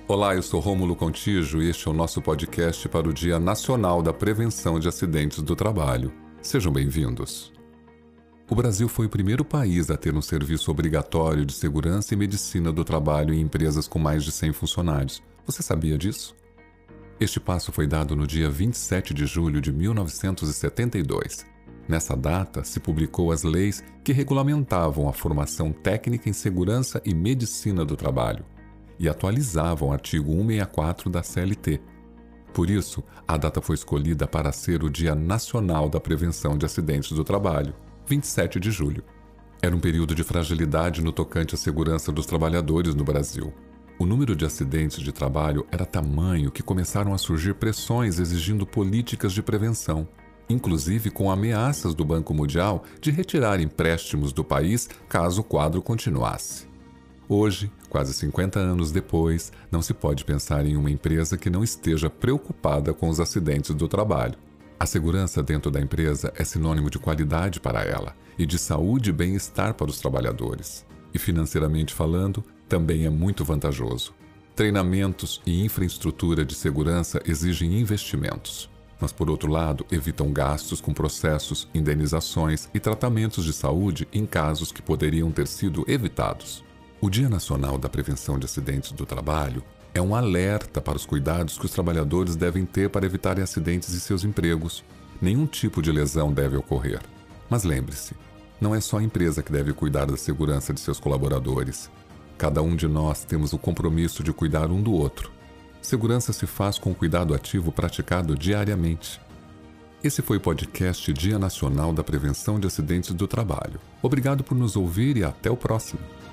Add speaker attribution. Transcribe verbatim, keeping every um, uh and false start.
Speaker 1: Olá, eu sou Rômulo Contígio e este é o nosso podcast para o Dia Nacional da Prevenção de Acidentes do Trabalho. Sejam bem-vindos. O Brasil foi o primeiro país a ter um serviço obrigatório de segurança e medicina do trabalho em empresas com mais de cem funcionários. Você sabia disso? Este passo foi dado no dia vinte e sete de julho de mil novecentos e setenta e dois. Nessa data, se publicou as leis que regulamentavam a formação técnica em segurança e medicina do trabalho e atualizavam o artigo cento e sessenta e quatro da C L T. Por isso, a data foi escolhida para ser o Dia Nacional da Prevenção de Acidentes do Trabalho, vinte e sete de julho. Era um período de fragilidade no tocante à segurança dos trabalhadores no Brasil. O número de acidentes de trabalho era tamanho que começaram a surgir pressões exigindo políticas de prevenção, inclusive com ameaças do Banco Mundial de retirar empréstimos do país caso o quadro continuasse. Hoje, quase cinquenta anos depois, não se pode pensar em uma empresa que não esteja preocupada com os acidentes do trabalho. A segurança dentro da empresa é sinônimo de qualidade para ela e de saúde e bem-estar para os trabalhadores. E financeiramente falando, também é muito vantajoso. Treinamentos e infraestrutura de segurança exigem investimentos, mas por outro lado, evitam gastos com processos, indenizações e tratamentos de saúde em casos que poderiam ter sido evitados. O Dia Nacional da Prevenção de Acidentes do Trabalho é um alerta para os cuidados que os trabalhadores devem ter para evitarem acidentes em seus empregos. Nenhum tipo de lesão deve ocorrer. Mas lembre-se, não é só a empresa que deve cuidar da segurança de seus colaboradores. Cada um de nós temos o compromisso de cuidar um do outro. Segurança se faz com cuidado ativo praticado diariamente. Esse foi o podcast Dia Nacional da Prevenção de Acidentes do Trabalho. Obrigado por nos ouvir e até o próximo.